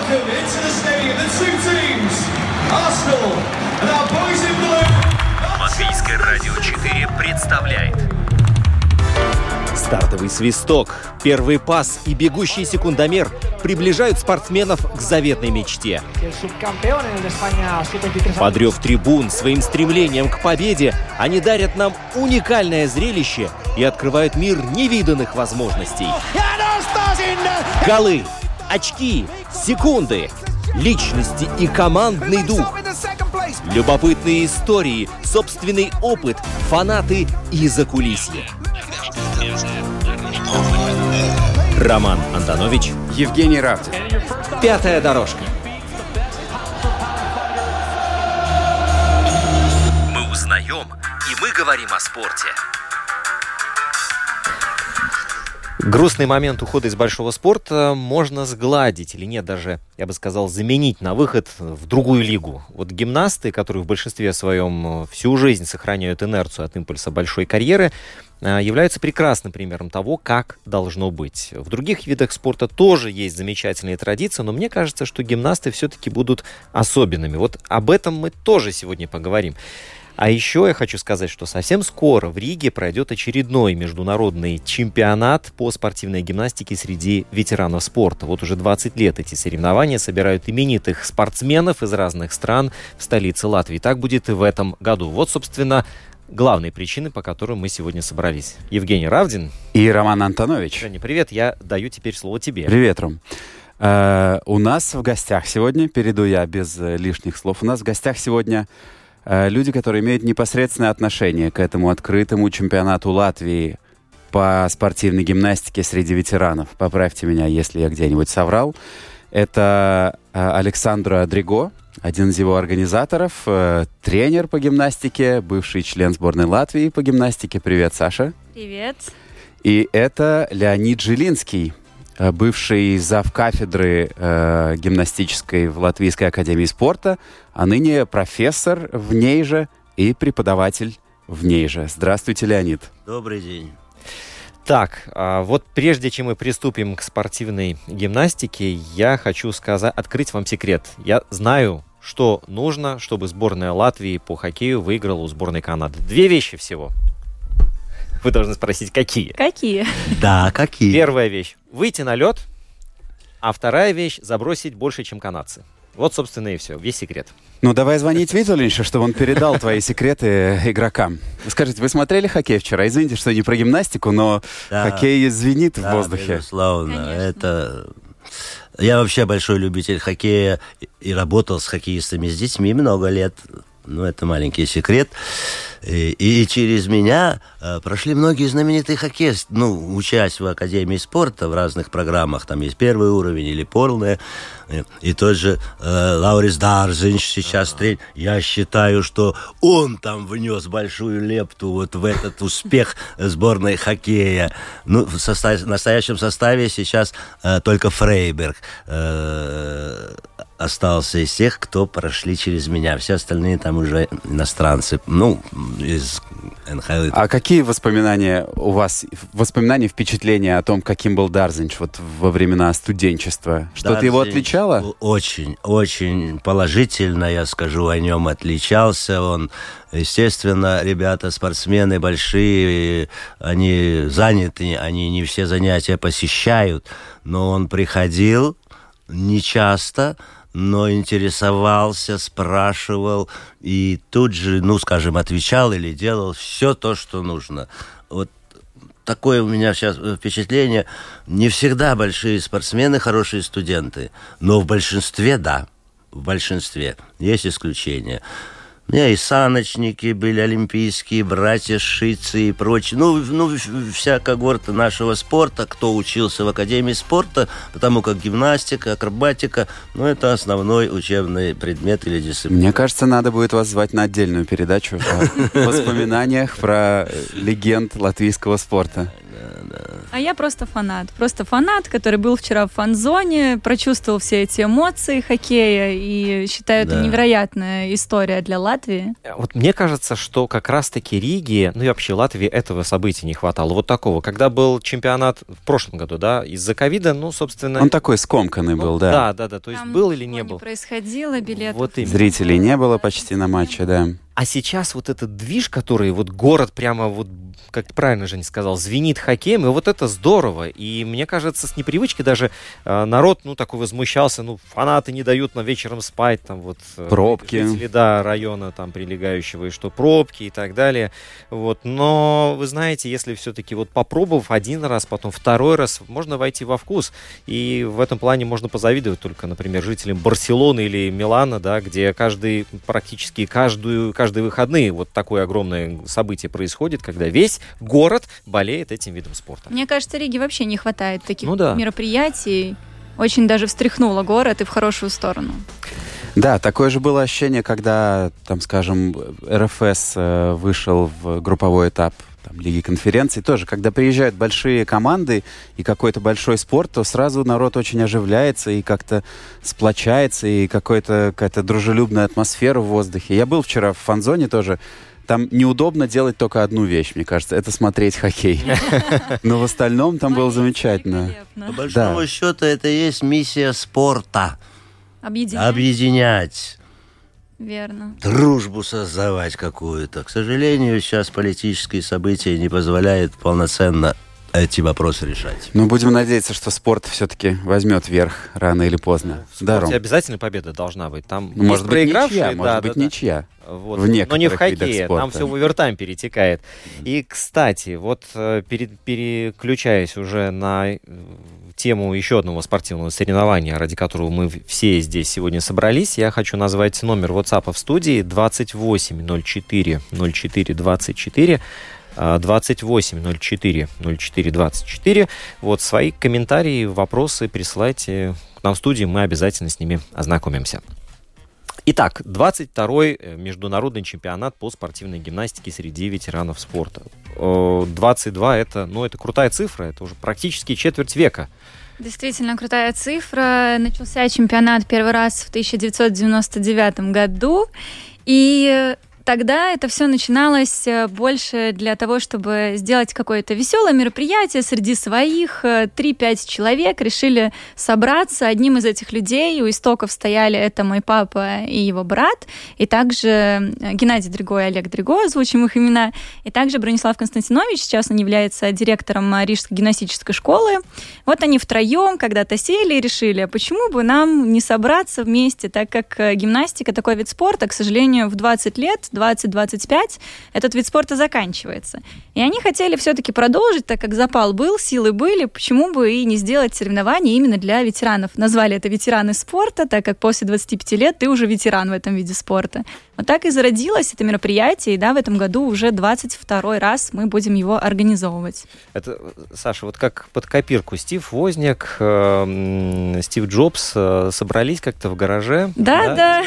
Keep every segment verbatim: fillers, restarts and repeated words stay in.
welcome into the stadium the two teams, Arsenal and our boys in blue. Латвийское радио четыре представляет стартовый свисток, первый пас и бегущий секундомер приближают спортсменов к заветной мечте. Под рев трибун своим стремлением к победе они дарят нам уникальное зрелище и открывают мир невиданных возможностей. Голы, очки, секунды, личности и командный дух. Любопытные истории, собственный опыт, фанаты и закулисье. Роман Антонович, Евгений Равдин. Пятая дорожка. Мы узнаем, и мы говорим о спорте. Грустный момент ухода из большого спорта можно сгладить, или нет, даже, я бы сказал, заменить на выход в другую лигу. Вот гимнасты, которые в большинстве своем всю жизнь сохраняют инерцию от импульса большой карьеры, являются прекрасным примером того, как должно быть. В других видах спорта тоже есть замечательные традиции, но мне кажется, что гимнасты все-таки будут особенными. Вот об этом мы тоже сегодня поговорим. А еще я хочу сказать, что совсем скоро в Риге пройдет очередной международный чемпионат по спортивной гимнастике среди ветеранов спорта. Вот уже двадцать лет эти соревнования собирают именитых спортсменов из разных стран в столице Латвии. Так будет и в этом году. Вот, собственно, главные причины, по которым мы сегодня собрались. Евгений Равдин и Роман Антонович. Женя, привет. Я даю теперь слово тебе. Привет, Ром. Uh, у нас в гостях сегодня, перейду я без uh, лишних слов, у нас в гостях сегодня uh, люди, которые имеют непосредственное отношение к этому открытому чемпионату Латвии по спортивной гимнастике среди ветеранов. Поправьте меня, если я где-нибудь соврал. Это uh, Александро Дриго, один из его организаторов, uh, тренер по гимнастике, бывший член сборной Латвии по гимнастике. Привет, Саша. Привет. И это Леонид Жилинский, бывший завкафедры э, гимнастической в Латвийской академии спорта, а ныне профессор в ней же и преподаватель в ней же. Здравствуйте, Леонид. Добрый день. Так, вот прежде чем мы приступим к спортивной гимнастике, я хочу сказать, открыть вам секрет. Я знаю, что нужно, чтобы сборная Латвии по хоккею выиграла у сборной Канады. Две вещи всего. Вы должны спросить, какие? Какие? Да, какие? Первая вещь – выйти на лед, а вторая вещь – забросить больше, чем канадцы. Вот, собственно, и все. Весь секрет. Ну, давай звонить Витулиншу, чтобы он передал твои секреты игрокам. Скажите, вы смотрели хоккей вчера? Извините, что не про гимнастику, но да, хоккей звенит да, в воздухе. Безусловно. Это... Я вообще большой любитель хоккея и работал с хоккеистами, с детьми много лет. Ну, это маленький секрет. И, и через меня э, прошли многие знаменитые хоккеисты, ну, учась в Академии спорта в разных программах. Там есть первый уровень или полный. И, и тот же э, Лаурис Дарзинч сейчас тренер. Я считаю, что он там внес большую лепту вот в этот успех сборной хоккея. Ну, в, состав, в настоящем составе сейчас э, только Фрейберг э, остался из тех, кто прошли через меня. Все остальные там уже иностранцы. Ну, из эн ха эл. А какие воспоминания у вас, воспоминания, впечатления о том, каким был Дарзинч вот во времена студенчества? Что-то Дарзинч его отличало? Очень, очень положительно, я скажу, о нем отличался. Он, естественно, ребята, спортсмены большие, они заняты, они не все занятия посещают, но он приходил нечасто, но интересовался, спрашивал и тут же, ну, скажем, отвечал или делал все то, что нужно. Вот такое у меня сейчас впечатление. Не всегда большие спортсмены хорошие студенты, но в большинстве, да, в большинстве. Есть исключения. У меня и саночники были олимпийские, братья Шицы и прочие. Ну, ну, вся когорта нашего спорта, кто учился в Академии спорта, потому как гимнастика, акробатика, ну, это основной учебный предмет или дисциплина. Мне кажется, надо будет вас звать на отдельную передачу о воспоминаниях про легенд латвийского спорта. А я просто фанат. Просто фанат, который был вчера в фан-зоне, прочувствовал все эти эмоции хоккея, и считаю, Да. это невероятная история для Латвии. Вот мне кажется, что как раз-таки Риге, ну и вообще Латвии этого события не хватало. Вот такого. Когда был чемпионат в прошлом году, да, из-за ковида, ну, собственно... Он такой скомканный ну, был, да. Да, да, да. То есть Там был или не ничего был. происходило, билетов. Вот именно. Зрителей не было почти на матче, да. А сейчас вот этот движ, который вот город прямо вот, как правильно Женя сказал, звенит хоккеем, и вот это здорово. И мне кажется, с непривычки даже э, народ, ну, такой возмущался, ну, фанаты не дают на вечером спать, там вот... э, Пробки. Жители, да, района там прилегающего, и что пробки и так далее. Вот. Но, вы знаете, если все-таки вот попробовав один раз, потом второй раз, можно войти во вкус. И в этом плане можно позавидовать только, например, жителям Барселоны или Милана, да, где каждый, практически каждую, каждые выходные вот такое огромное событие происходит, когда весь город болеет этим видом спорта. Мне кажется, Риге вообще не хватает таких Ну да. мероприятий. Очень даже встряхнуло город и в хорошую сторону. Да, такое же было ощущение, когда, там, скажем, эр эф эс э, вышел в групповой этап там, Лиги конференций. Тоже, когда приезжают большие команды и какой-то большой спорт, то сразу народ очень оживляется и как-то сплочается, и какой-то, какая-то дружелюбная атмосфера в воздухе. Я был вчера в фан-зоне тоже. Там неудобно делать только одну вещь, мне кажется, это смотреть хоккей. Но в остальном там было замечательно. По большому счету, это и есть миссия спорта. Объединять. Объединять. Верно. Дружбу создавать какую-то. К сожалению, сейчас политические события не позволяют полноценно эти вопросы решать. Но будем надеяться, что спорт все-таки возьмет верх рано или поздно. В Да, Ром? спорте обязательно победа должна быть. Там Ну, есть может быть, проигравшие, ничья, да, может да, быть, да. ничья. Вот. В Но не в некоторых видах хоккее, там спорта. все в овертайм перетекает. И, кстати, вот э, перед, переключаясь уже на э, тему еще одного спортивного соревнования, ради которого мы все здесь сегодня собрались, я хочу назвать номер WhatsApp в студии двадцать восемь ноль четыре ноль четыре двадцать четыре. двадцать восемь ноль четыре ноль четыре двадцать четыре. Вот свои комментарии, вопросы присылайте к нам в студии, мы обязательно с ними ознакомимся. Итак, двадцать второй международный чемпионат по спортивной гимнастике среди ветеранов спорта. двадцать два это, ну, это крутая цифра, это уже практически четверть века. Действительно крутая цифра. Начался чемпионат первый раз в тысяча девятьсот девяносто девятом году. И тогда это все начиналось больше для того, чтобы сделать какое-то веселое мероприятие среди своих. три-пять человек решили собраться. Одним из этих людей у истоков стояли это мой папа и его брат, и также Геннадий Дриго и Олег Дриго, озвучим их имена, и также Бронислав Константинович, сейчас он является директором Рижской гимнастической школы. Вот они втроем когда-то сели и решили, а почему бы нам не собраться вместе, так как гимнастика такой вид спорта, к сожалению, в двадцать лет, двадцать-двадцать пять, этот вид спорта заканчивается. И они хотели все-таки продолжить, так как запал был, силы были, почему бы и не сделать соревнования именно для ветеранов. Назвали это ветераны спорта, так как после двадцати пяти лет ты уже ветеран в этом виде спорта. Вот так и зародилось это мероприятие, и да, в этом году уже двадцать второй раз мы будем его организовывать. Это, Саша, вот как под копирку Стив Возняк, э, Стив Джобс э, собрались как-то в гараже. Да, да.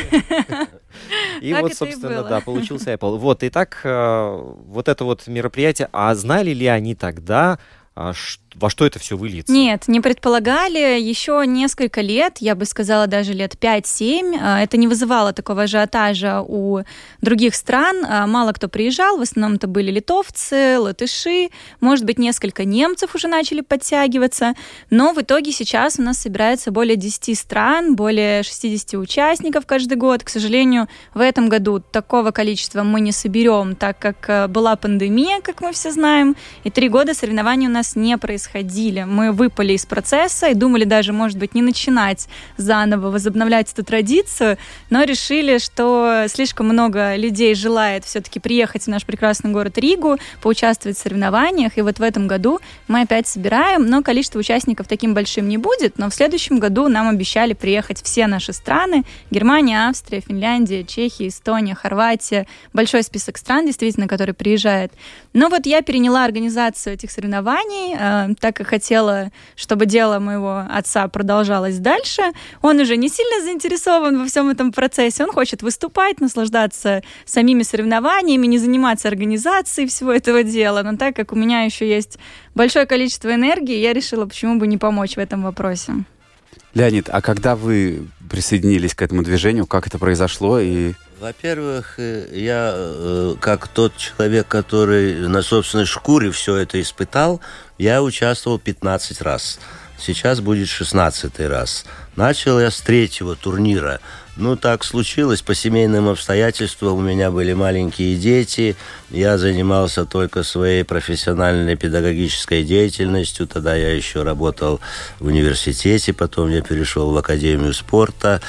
И Так вот, это и собственно, было. да, получился Apple. Вот, и так, э, вот это вот мероприятие, а знали ли они тогда, а, ш- во что это все выльется? Нет, не предполагали. Еще несколько лет, я бы сказала, даже лет пять-семь, это не вызывало такого ажиотажа у других стран. Мало кто приезжал, в основном это были литовцы, латыши, может быть, несколько немцев уже начали подтягиваться. Но в итоге сейчас у нас собирается более десяти стран, более шестидесяти участников каждый год. К сожалению, в этом году такого количества мы не соберем, так как была пандемия, как мы все знаем, и три года соревнований у нас не происходило. Ходили. Мы выпали из процесса и думали даже, может быть, не начинать заново, возобновлять эту традицию, но решили, что слишком много людей желает все-таки приехать в наш прекрасный город Ригу, поучаствовать в соревнованиях, и вот в этом году мы опять собираем, но количество участников таким большим не будет, но в следующем году нам обещали приехать все наши страны: Германия, Австрия, Финляндия, Чехия, Эстония, Хорватия, большой список стран, действительно, которые приезжают. Но вот я переняла организацию этих соревнований. я так и хотела, чтобы дело моего отца продолжалось дальше. Он уже не сильно заинтересован во всем этом процессе. Он хочет выступать, наслаждаться самими соревнованиями, не заниматься организацией всего этого дела. Но так как у меня еще есть большое количество энергии, я решила, почему бы не помочь в этом вопросе. Леонид, а когда вы присоединились к этому движению, как это произошло? И... Во-первых, я, как тот человек, который на собственной шкуре все это испытал, я участвовал пятнадцать раз. Сейчас будет шестнадцатый раз. Начал я с третьего турнира. Ну, так случилось, по семейным обстоятельствам у меня были маленькие дети, я занимался только своей профессиональной педагогической деятельностью, тогда я еще работал в университете, потом я перешел в Академию спорта.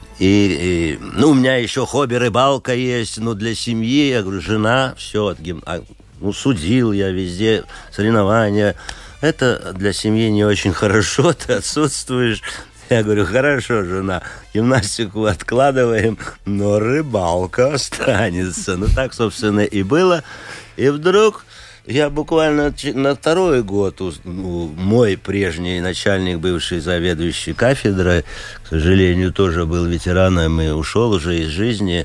И, и, ну, у меня еще хобби рыбалка есть, но для семьи, я говорю, жена, все, ну, судил я везде, соревнования. Это для семьи не очень хорошо, ты отсутствуешь. Я говорю, хорошо, жена, гимнастику откладываем, но рыбалка останется. Ну, так, собственно, и было. И вдруг я буквально на второй год, ну, мой прежний начальник, бывший заведующий кафедрой, к сожалению, тоже был ветераном и ушел уже из жизни.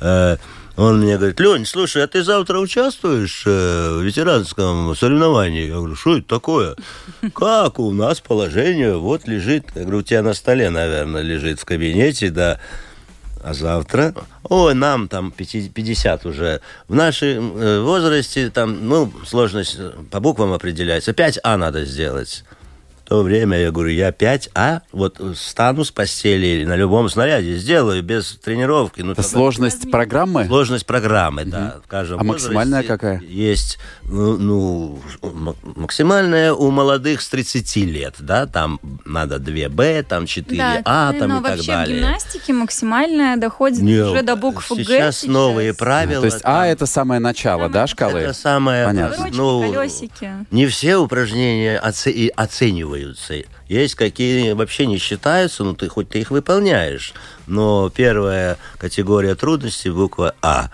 Он мне говорит, Лень, слушай, а ты завтра участвуешь в ветеранском соревновании? Я говорю, что это такое? Как у нас положение вот лежит. Я говорю, у тебя на столе, наверное, лежит в кабинете, да. А завтра? Ой, нам там пятьдесят уже. В нашем возрасте там, ну, сложность по буквам определяется. пять А надо сделать. В то время я говорю, я пять А, вот встану с постели на любом снаряде, сделаю без тренировки. Ну, это сложность программы? Сложность программы, угу. Да. В каждом а максимальная какая? Есть, ну, ну, максимальная у молодых с тридцати лет, да, там надо два Б, там четыре А, да, там и так далее. Но вообще в гимнастике максимальная доходит Не, уже до букв Г. Сейчас, сейчас новые правила. То есть там... А это самое начало, самое, да, шкалы? Это самое, понятно. Ручки, ну, колесики. Не все упражнения оце- оцениваются. Есть какие вообще не считаются, но ты хоть ты их выполняешь. Но первая категория трудностей буква А.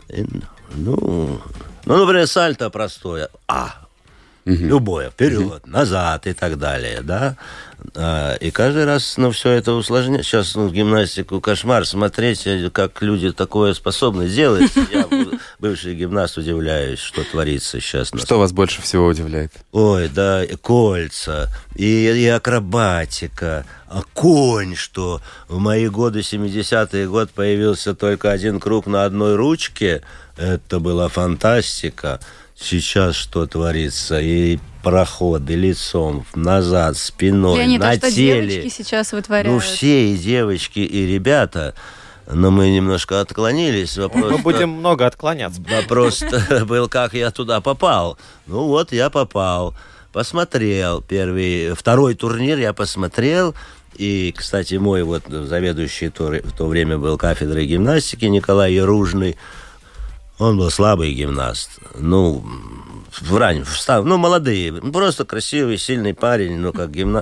Ну, ну например, сальто простое. А. Угу. Любое. Вперед, угу. Назад и так далее. Да? А, и каждый раз, ну, все это усложняет. Сейчас, ну, гимнастику кошмар смотреть, как люди такое способны делать. Я, бывший гимнаст, удивляюсь, что творится сейчас. Что вас больше всего удивляет? Ой, да, и кольца, и, и акробатика, а конь, что в мои годы, семидесятые год, появился только один круг на одной ручке. Это была фантастика. Сейчас что творится? И проходы лицом, назад, спиной, Леонид, на а что теле. Девочки сейчас вытворяют? Ну, все и девочки, и ребята. Но мы немножко отклонились. Вопрос, мы будем много отклоняться. Вопрос был, как я туда попал. Ну вот, я попал. Посмотрел первый, второй турнир я посмотрел. И, кстати, мой вот заведующий в то время был кафедрой гимнастики Николай Яружный. Он был слабый гимнаст. Ну, в раннем, встав, ну, молодые. Просто красивый, сильный парень, ну, как гимнаст.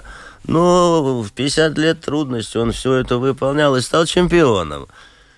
Но в пятьдесят лет трудностей он все это выполнял и стал чемпионом.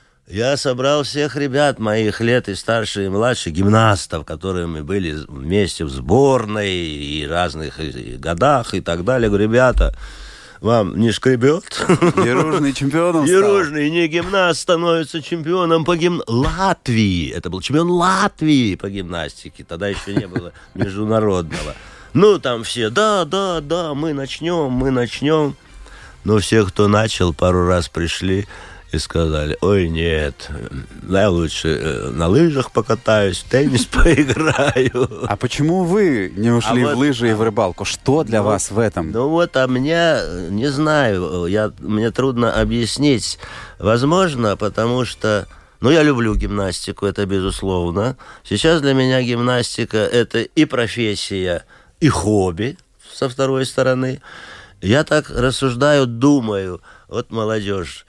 Я собрал всех ребят моих лет, и старше, и младше, гимнастов, которые мы были вместе в сборной, и разных и годах, и так далее. Говорю, ребята, вам не шкребет? Яружный чемпионом стал. Яружный не гимнаст становится чемпионом по гим... Латвии. Это был чемпион Латвии по гимнастике. Тогда еще не было международного. Ну, там все, да, да, да, мы начнем, мы начнем. Но все, кто начал, пару раз пришли и сказали, ой, нет, я лучше на лыжах покатаюсь, в теннис поиграю. А почему вы не ушли а в вот, лыжи и в рыбалку? Что для ну, вас в этом? Ну вот, а мне, не знаю, я, мне трудно объяснить. Возможно, потому что, ну, я люблю гимнастику, это безусловно. Сейчас для меня гимнастика – это и профессия, и хобби, со второй стороны. Я так рассуждаю, думаю, вот молодежь,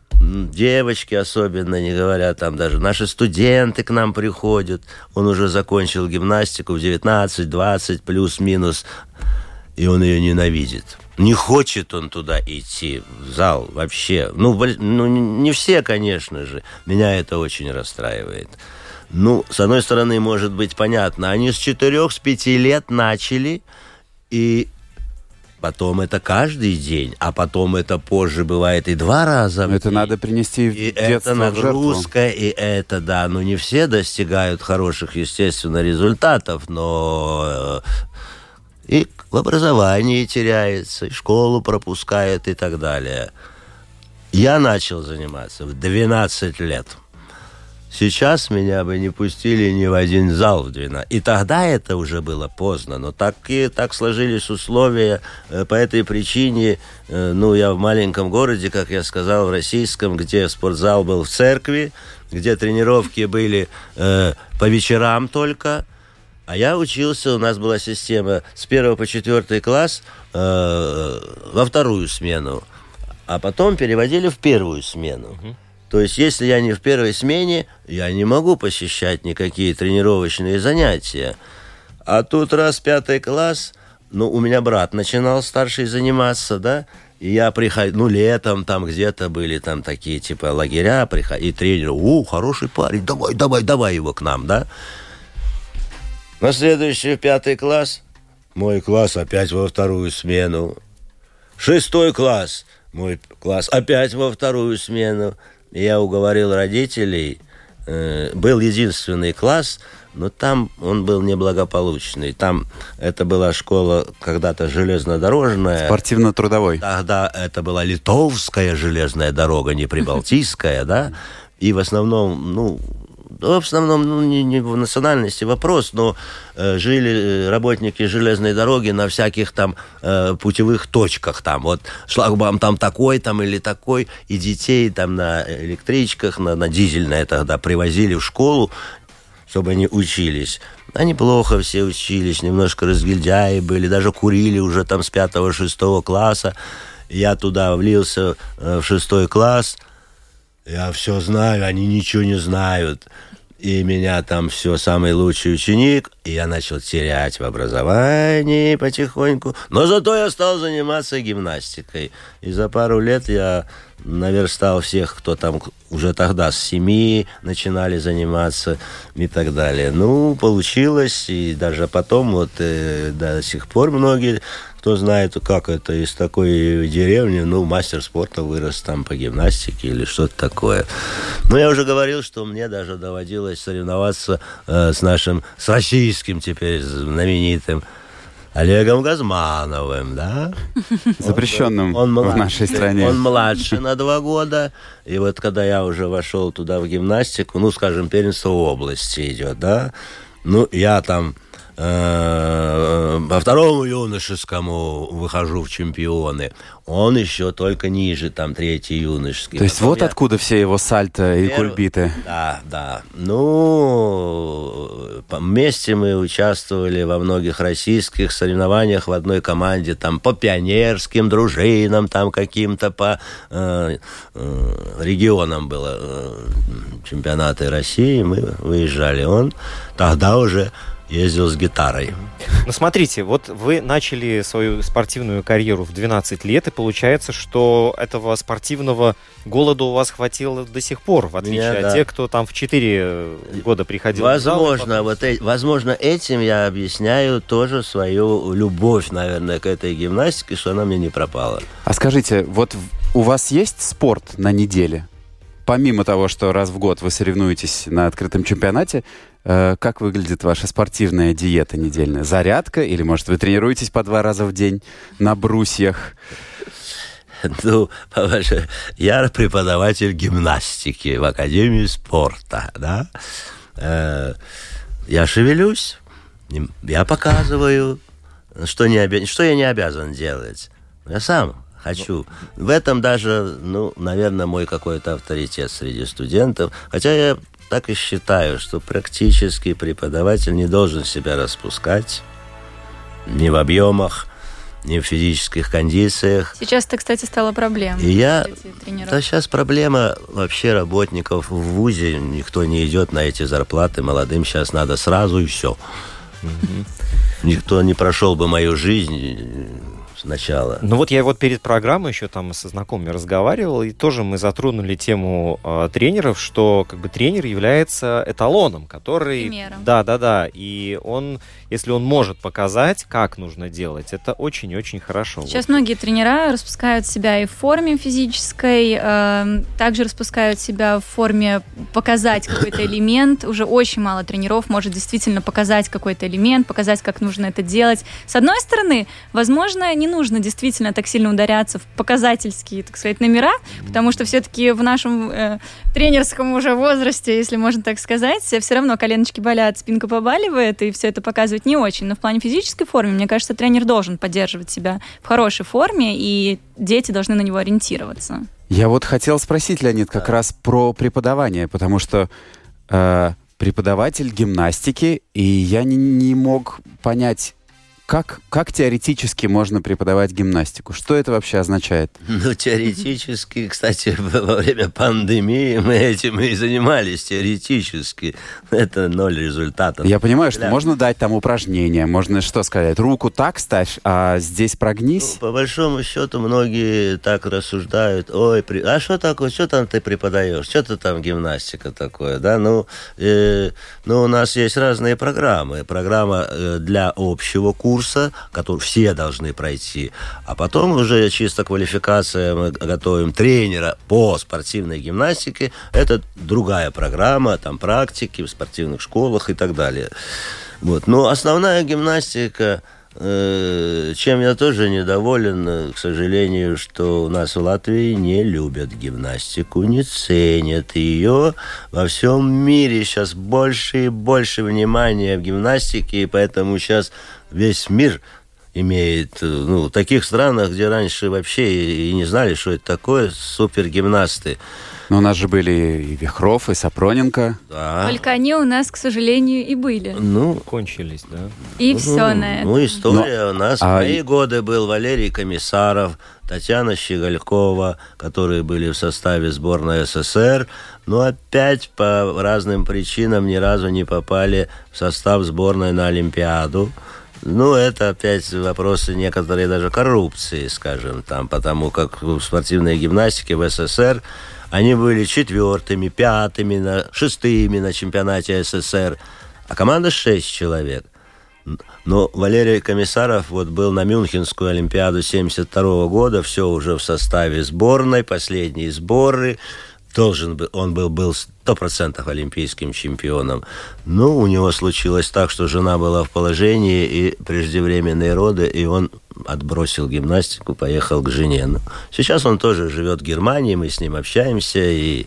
девочки особенно, не говоря там даже, наши студенты к нам приходят, он уже закончил гимнастику в девятнадцать, двадцать, плюс-минус, и он ее ненавидит. Не хочет он туда идти, в зал вообще. Ну, ну, не все, конечно же. Меня это очень расстраивает. Ну, с одной стороны, может быть понятно, они с четырех, с пяти лет начали, И потом это каждый день, а потом это позже бывает и два раза в Это день. надо принести в И детство это в жертву. нагрузка, и это, да, ну не все достигают хороших, естественно, результатов, но и в образовании теряется, и школу пропускает и так далее. Я начал заниматься в двенадцать лет. Сейчас меня бы не пустили ни в один зал в двенадцать. И тогда это уже было поздно, но так, и, так сложились условия. По этой причине, ну, я в маленьком городе, как я сказал, в российском, где спортзал был в церкви, где тренировки были э, по вечерам только. А я учился, у нас была система с первого по четвертый класс э, во вторую смену, а потом переводили в первую смену. Uh-huh. То есть, если я не в первой смене, я не могу посещать никакие тренировочные занятия. А тут раз пятый класс, ну, у меня брат начинал старший заниматься, да, и я приходил, ну, летом там где-то были там такие, типа, лагеря, приход... и тренер, о, хороший парень, давай, давай, давай его к нам, да. На следующий пятый класс, мой класс опять во вторую смену. Шестой класс, мой класс опять во вторую смену. Я уговорил родителей, э, был единственный класс, но там он был неблагополучный. Там это была школа когда-то железнодорожная. Спортивно-трудовой. Тогда это была литовская железная дорога, не прибалтийская, да. И в основном, ну, в основном, ну, не, не в национальности вопрос, но э, жили работники железной дороги на всяких там э, путевых точках. Там вот шлагбаум там такой там или такой, и детей там на электричках, на, на дизельное тогда привозили в школу, чтобы они учились. Они плохо все учились, немножко разгильдяи были, даже курили уже там с пятого-шестого класса. Я туда влился э, в шестой класс. Я все знаю, они ничего не знают. И меня там все, самый лучший ученик. И я начал терять в образовании потихоньку. Но зато я стал заниматься гимнастикой. И за пару лет я наверстал всех, кто там уже тогда с семи начинали заниматься и так далее. Ну, получилось. И даже потом вот э, до сих пор многие... Кто знает, как это из такой деревни, ну, мастер спорта вырос там по гимнастике или что-то такое. Но я уже говорил, что мне даже доводилось соревноваться э, с нашим, с российским теперь знаменитым Олегом Газмановым, да? Запрещенным он, он в нашей стране. Он младше на два года. И вот когда я уже вошел туда в гимнастику, ну, скажем, первенство области идет, да? Ну, я там... по второму юношескому выхожу в чемпионы. Он еще только ниже, там, третий юношеский. То есть Потом вот я... откуда все его сальто и Первый... кульбиты. Да, да. Ну, вместе мы участвовали во многих российских соревнованиях в одной команде, там, по пионерским дружинам, там, каким-то по э, э, регионам было э, чемпионаты России. Мы выезжали. Он тогда уже ездил с гитарой. Ну, смотрите, вот вы начали свою спортивную карьеру в двенадцать лет, и получается, что этого спортивного голода у вас хватило до сих пор, в отличие Меня, от да. тех, кто там в четыре года приходил в зал. Возможно, вот, э- возможно, этим я объясняю тоже свою любовь, наверное, к этой гимнастике, что она мне не пропала. А скажите, вот у вас есть спорт на неделе? Помимо того, что раз в год вы соревнуетесь на открытом чемпионате, э, как выглядит ваша спортивная диета недельная? Зарядка? Или, может, вы тренируетесь по два раза в день на брусьях? Ну, я преподаватель гимнастики в Академии спорта, да. Э, я шевелюсь, я показываю, что, не обя... что я не обязан делать. Я сам хочу. В этом даже, ну, наверное, мой какой-то авторитет среди студентов. Хотя я так и считаю, что практически преподаватель не должен себя распускать ни в объемах, ни в физических кондициях. Сейчас это, кстати, стало проблемой. И я... Да, сейчас проблема вообще работников в вузе. Никто не идет на эти зарплаты. Молодым сейчас надо сразу и все. Никто не прошел бы мою жизнь... начала. Ну вот я вот перед программой еще там со знакомыми разговаривал, и тоже мы затронули тему э, тренеров, что как бы тренер является эталоном, который... Примером. Да, да, да. И он, если он может показать, как нужно делать, это очень-очень хорошо. Сейчас вот. многие тренера распускают себя и в форме физической, э, также распускают себя в форме показать какой-то элемент. Уже очень мало тренеров может действительно показать какой-то элемент, показать, как нужно это делать. С одной стороны, возможно, не нужно действительно так сильно ударяться в показательские, так сказать, номера, потому что все-таки в нашем э, тренерском уже возрасте, если можно так сказать, все равно коленочки болят, спинка побаливает, и все это показывать не очень. Но в плане физической формы, мне кажется, тренер должен поддерживать себя в хорошей форме, и дети должны на него ориентироваться. Я вот хотел спросить, Леонид, как раз про преподавание, потому что э, преподаватель гимнастики, и я не, не мог понять, Как, как теоретически можно преподавать гимнастику? Что это вообще означает? Ну, теоретически, кстати, во время пандемии мы этим и занимались, теоретически. Это ноль результатов. Я понимаю, что Для... можно дать там упражнения, можно что сказать, руку так ставь, а здесь прогнись. Ну, по большому счету, многие так рассуждают, ой, при... а что такое, что там ты преподаешь, что ты там гимнастика такое, да? Ну, э, ну, у нас есть разные программы. Программа э, для общего курса, курса, который все должны пройти, а потом уже чисто квалификация, мы готовим тренера по спортивной гимнастике, это другая программа, там практики в спортивных школах и так далее. Вот. Но основная гимнастика, э, чем я тоже недоволен, к сожалению, что у нас в Латвии не любят гимнастику, не ценят ее. Во всем мире сейчас больше и больше внимания в гимнастике, и поэтому сейчас весь мир имеет, ну, в таких странах, где раньше вообще и не знали, что это такое, супергимнасты. Но у нас же были и Вихров, и Сапроненко. Да. Только они у нас, к сожалению, и были. Ну, Кончились, да? И ну, все на это. Ну, история Но, у нас. а... В мои годы был Валерий Комиссаров, Татьяна Щеголькова, которые были в составе сборной СССР, но опять по разным причинам ни разу не попали в состав сборной на Олимпиаду. Ну, это опять вопросы некоторые даже коррупции, скажем, там, потому как в спортивной гимнастике в СССР они были четвертыми, пятыми, на, шестыми на чемпионате СССР, а команда шесть человек. Но Валерий Комиссаров вот был на Мюнхенскую Олимпиаду семьдесят второго года, все уже в составе сборной, последние сборы. Должен был, он был, был сто процентов олимпийским чемпионом. Но у него случилось так, что жена была в положении, и преждевременные роды, и он отбросил гимнастику, поехал к жене. Ну, сейчас он тоже живет в Германии, мы с ним общаемся и,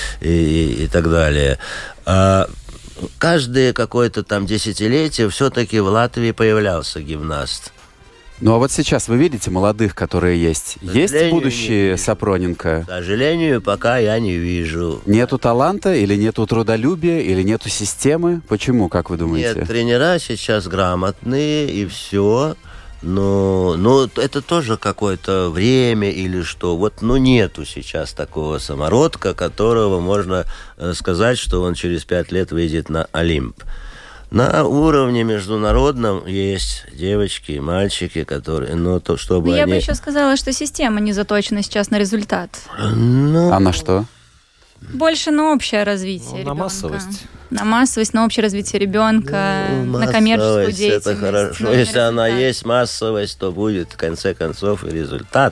и, и так далее. А каждое какое-то там десятилетие все-таки в Латвии появлялся гимнаст. Ну а вот сейчас вы видите молодых, которые есть? Есть будущие Сапроненко? К сожалению, пока я не вижу. Нету таланта или нету трудолюбия, или нету системы? Почему, как вы думаете? Нет, тренера сейчас грамотные, и все. Но, но это тоже какое-то время или что. Вот, ну, нету сейчас такого самородка, которого можно сказать, что он через пять лет выйдет на Олимп. На уровне международном есть девочки и мальчики, которые, ну, то, чтобы Я они... бы еще сказала, что система не заточена сейчас на результат. Ну... А на что? Больше на общее развитие Ну, ребенка. на массовость. На массовость, на общее развитие ребенка, Ну, на коммерческую массовость, деятельность. это хорошо. но не Если она результат. есть массовость, то будет в конце концов и результат.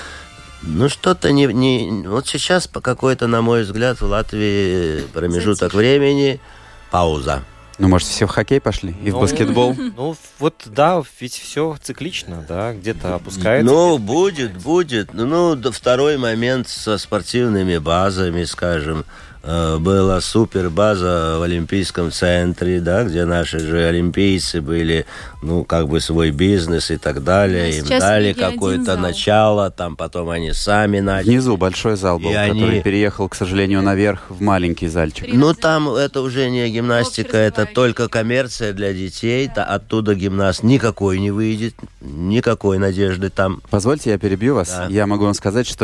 Ну, что-то не, не... Вот сейчас, по какой-то, на мой взгляд, в Латвии промежуток Затишье. времени пауза. Ну, может, все в хоккей пошли? И в Ну, баскетбол? Ну, вот, да, ведь все циклично, да, где-то опускается. Ну, будет, будет. Ну, да, второй момент со спортивными базами, скажем. Была супербаза в Олимпийском центре, да, где наши же олимпийцы были, ну, как бы свой бизнес и так далее. Ну, Им сейчас дали один какое-то зал. начало, там потом они сами начали. Внизу большой зал был, И который они- переехал, к сожалению, наверх в маленький зальчик. Ну, там это уже не гимнастика, это Общеразвивающий. только коммерция для детей. Та- Оттуда гимнаст никакой не выйдет, никакой надежды там. Позвольте, я перебью вас. Да. Я могу вам сказать, что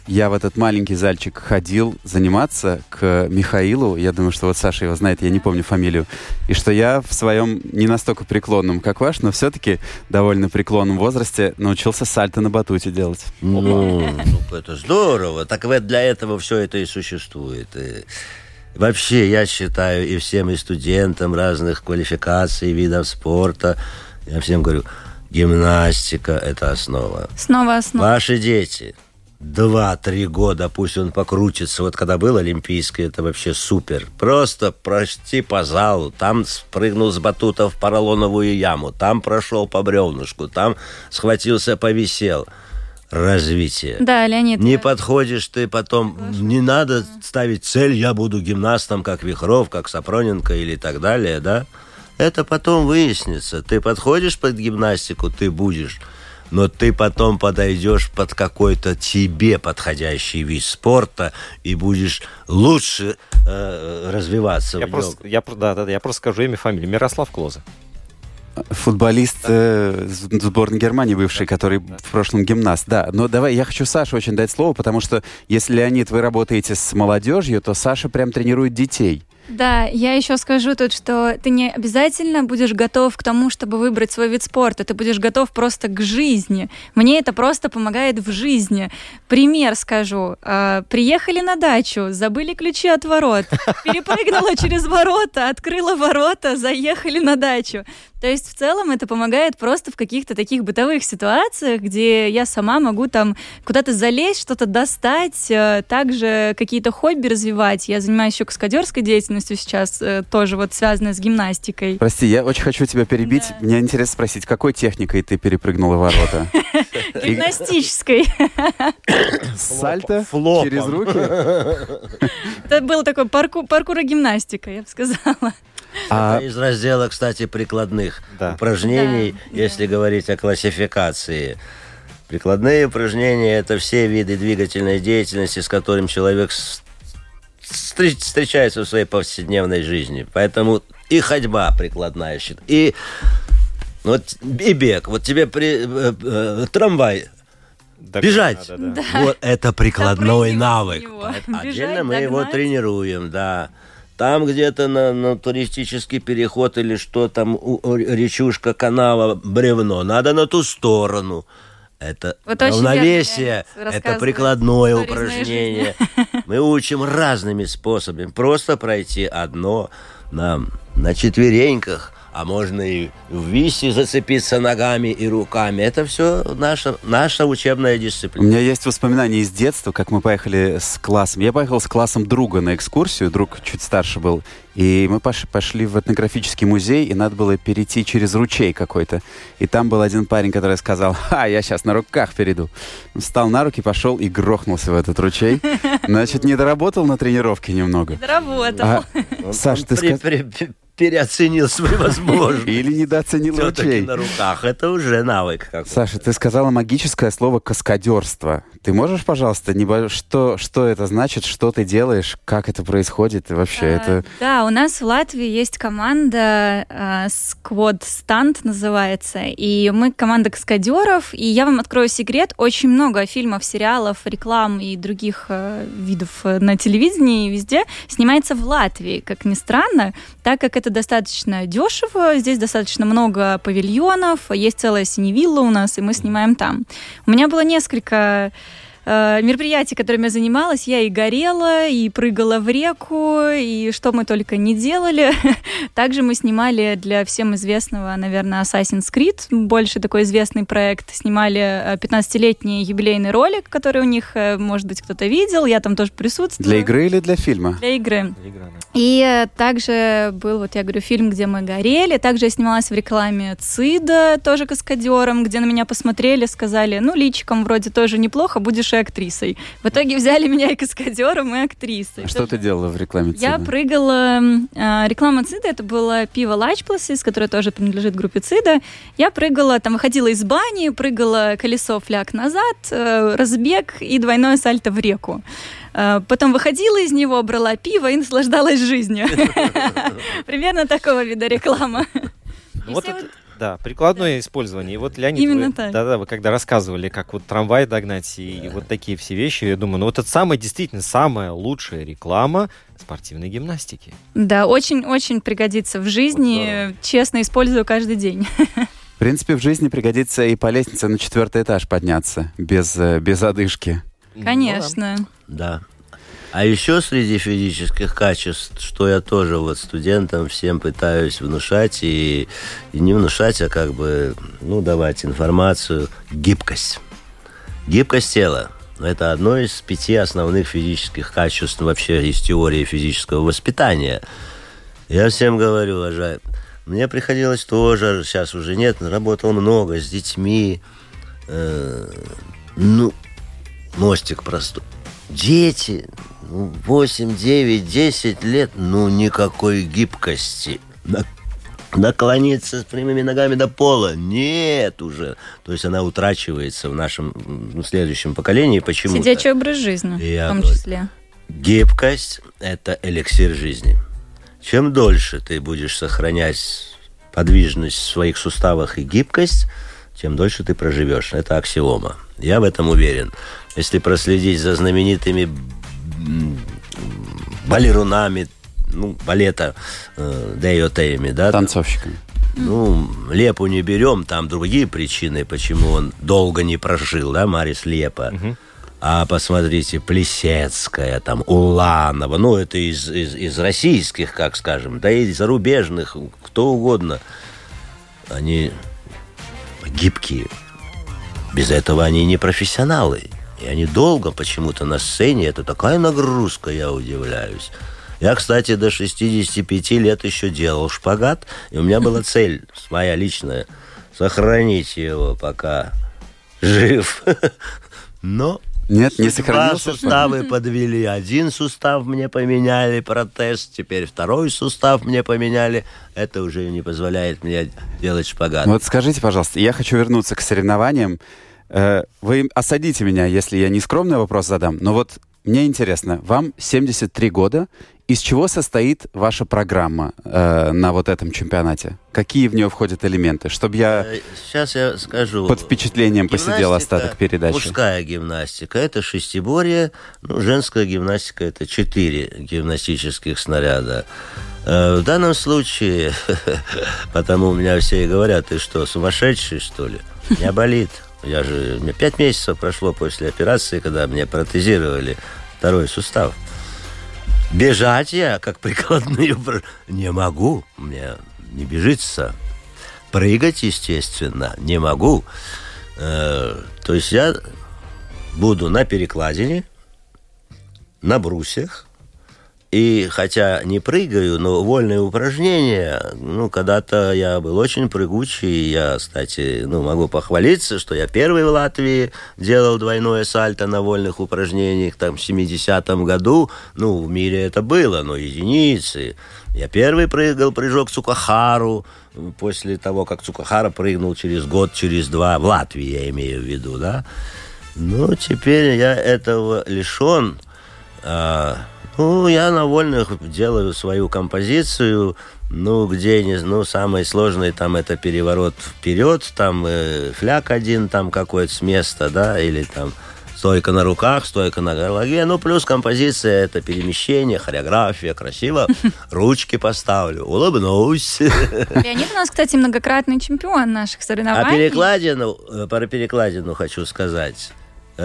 я в этот маленький зальчик ходил заниматься к Михаилу, я думаю, что вот Саша его знает, я не помню фамилию, и что я в своем не настолько преклонном, как ваш, но все-таки довольно преклонном возрасте научился сальто на батуте делать. Ну, ну, это здорово. Так вот для этого все это и существует. И вообще, я считаю, и всем, и студентам разных квалификаций, видов спорта, я всем говорю, гимнастика – это основа. Снова основа. Ваши дети два-три года, пусть он покрутится. Вот когда был олимпийский, это вообще супер. Просто пройти по залу, там спрыгнул с батута в поролоновую яму, там прошел по бревнышку, там схватился, повисел. Развитие. Да, Леонид. Не я... подходишь ты потом, не надо ставить цель, я буду гимнастом, как Вихров, как Сапроненко или так далее, да? Это потом выяснится. Ты подходишь под гимнастику, ты будешь, но ты потом подойдешь под какой-то тебе подходящий вид спорта и будешь лучше э, развиваться Я в просто, я, да, да, я просто скажу имя, фамилию. Мирослав Клозе. Футболист э, сборной Германии бывший, который в прошлом гимнаст. Да, но давай, я хочу Саше очень дать слово, потому что если, Леонид, вы работаете с молодежью, то Саша прям тренирует детей. Да, я еще скажу тут, что ты не обязательно будешь готов к тому, чтобы выбрать свой вид спорта. Ты будешь готов просто к жизни. Мне это просто помогает в жизни. Пример скажу. Приехали на дачу, забыли ключи от ворот, перепрыгнула через ворота, открыла ворота, заехали на дачу. То есть в целом это помогает просто в каких-то таких бытовых ситуациях, где я сама могу там куда-то залезть, что-то достать, также какие-то хобби развивать. Я занимаюсь еще каскадерской деятельностью сейчас, тоже вот связанной с гимнастикой. Прости, я очень хочу тебя перебить. Да. Мне интересно спросить, какой техникой ты перепрыгнула ворота? Гимнастической. Сальто? Через руки? Это был такой паркуро-гимнастика, я бы сказала. А... Это из раздела, кстати, прикладных да. упражнений, да, если да. говорить о классификации. Прикладные упражнения – это все виды двигательной деятельности, с которым человек встречается в своей повседневной жизни. Поэтому и ходьба прикладная, и, вот, и бег. Вот тебе при, э, э, трамвай. Так, бежать. Да, да, да. Вот это прикладной навык. Отдельно Бежать, мы догнать. Его тренируем, да. Там где-то на, на туристический переход или что там, у, у, речушка, канава, бревно. Надо на ту сторону. Это вот равновесие, это прикладное упражнение. Мы учим разными способами. Просто пройти одно на, на четвереньках, а можно и в висе зацепиться ногами и руками. Это все наша, наша учебная дисциплина. У меня есть воспоминания из детства, как мы поехали с классом. Я поехал с классом друга на экскурсию, друг чуть старше был. И мы пошли в этнографический музей, и надо было перейти через ручей какой-то. И там был один парень, который сказал: «Ха, я сейчас на руках перейду». Он встал на руки, пошел и грохнулся в этот ручей. Значит, не доработал на тренировке немного? Доработал. А, Саш, ты сказал... переоценил свои возможности. Или недооценил ручей. На руках. Это уже навык. Саша, ты сказала магическое слово «каскадерство». Ты можешь, пожалуйста, не... что, что это значит, что ты делаешь, как это происходит и вообще? А, это... Да, у нас в Латвии есть команда uh, Squad Stunt называется, и мы команда каскадеров, и я вам открою секрет, очень много фильмов, сериалов, реклам и других uh, видов на телевидении и везде снимается в Латвии, как ни странно, так как это достаточно дешево, здесь достаточно много павильонов, есть целая синевилла у нас, и мы снимаем там. У меня было несколько э, мероприятий, которыми я занималась. Я и горела, и прыгала в реку, и что мы только не делали. Также мы снимали для всем известного, наверное, Assassin's Creed, больше такой известный проект. Снимали пятнадцатилетний юбилейный ролик, который у них, может быть, кто-то видел. Я там тоже присутствовала. Для игры или для фильма? Для игры. Для игры, да. И также был, вот я говорю, фильм, где мы горели. Также я снималась в рекламе ЦИДа, тоже каскадером, где на меня посмотрели, сказали, ну, личиком вроде тоже неплохо, будешь и актрисой. В итоге взяли меня и каскадером, и актрисой. А что ты делала в рекламе ЦИДа? Я прыгала... Реклама ЦИДа, это было пиво Лачпласис, которое тоже принадлежит группе ЦИДа. Я прыгала, там, выходила из бани, прыгала колесо фляг назад, разбег и двойное сальто в реку. Потом выходила из него, брала пиво и наслаждалась жизнью. Примерно такого вида реклама. Да, прикладное использование. И вот, Леонид, Именно вы, так. Да-да, вы когда рассказывали, как вот трамвай догнать и, и вот такие все вещи, я думаю, ну вот это самая, действительно, самая лучшая реклама спортивной гимнастики. Да, очень-очень пригодится в жизни. Вот Честно использую каждый день. В принципе, в жизни пригодится и по лестнице на четвертый этаж подняться без, э, без одышки. Конечно. Да. А еще среди физических качеств, что я тоже вот студентам всем пытаюсь внушать, и, и не внушать, а как бы, ну, давать информацию, гибкость. Гибкость тела. Это одно из пяти основных физических качеств вообще из теории физического воспитания. Я всем говорю, уважаю, мне приходилось тоже, сейчас уже нет, работал много с детьми, э, ну, мостик простой. Дети, ну, восемь, девять, десять лет, ну, никакой гибкости. Наклониться с прямыми ногами до пола нет уже. То есть она утрачивается в нашем ну, следующем поколении. Почему? Сидячий образ жизни, Я в том говорю, числе. Гибкость – это эликсир жизни. Чем дольше ты будешь сохранять подвижность в своих суставах и гибкость, тем дольше ты проживешь. Это аксиома. Я в этом уверен. Если проследить за знаменитыми балерунами, ну, балета э, Дейотеями, да? Танцовщиками. Ну, Лепу не берем, там другие причины, почему он долго не прожил, да, Марис Лепа. Угу. А посмотрите, Плесецкая, там, Уланова, ну, это из, из, из российских, как скажем, да и зарубежных, кто угодно. Они гибкие. Без этого они не профессионалы. И они долго почему-то на сцене. Это такая нагрузка, я удивляюсь. Я, кстати, до шестидесяти пяти лет еще делал шпагат. И у меня была цель, своя личная, сохранить его, пока жив. Но Нет, не два сохранился. суставы подвели. Один сустав мне поменяли, протез. Теперь второй сустав мне поменяли. Это уже не позволяет мне делать шпагат. Вот скажите, пожалуйста, я хочу вернуться к соревнованиям. Э, Вы осадите меня, если я нескромный вопрос задам, но вот мне интересно, вам семьдесят три года, из чего состоит ваша программа э, на вот этом чемпионате? Какие в нее входят элементы? Чтобы я Сейчас я скажу. под впечатлением посидел Гимнастика, остаток передачи. Мужская гимнастика – это шестиборье, ну, женская гимнастика – это четыре гимнастических снаряда. Э, В данном случае, потому у меня все и говорят, ты что, сумасшедший, что ли? Меня болит. Я же, у меня пять месяцев прошло после операции, когда мне протезировали второй сустав. Бежать я, как прикладные, не могу. Мне не бежится. Прыгать, естественно, не могу. Э, то есть я буду на перекладине, на брусьях. И хотя не прыгаю, но вольные упражнения, ну, когда-то я был очень прыгучий. Я, кстати, ну, могу похвалиться, что я первый в Латвии делал двойное сальто на вольных упражнениях, там, в семидесятом году. Ну, в мире это было, но единицы. Я первый прыгал прыжок Цукахару, после того, как Цукахара прыгнул через год, через два, в Латвии, я имею в виду, да. Ну, теперь я этого лишен. Ну, я на вольных делаю свою композицию, ну, где, не, ну, самый сложный там это переворот вперед, там э, фляг один там какой-то с места, да, или там стойка на руках, стойка на голове, ну, плюс композиция, это перемещение, хореография, красиво, ручки поставлю, улыбнусь. Леонид у нас, кстати, многократный чемпион наших соревнований. А перекладину, про перекладину хочу сказать.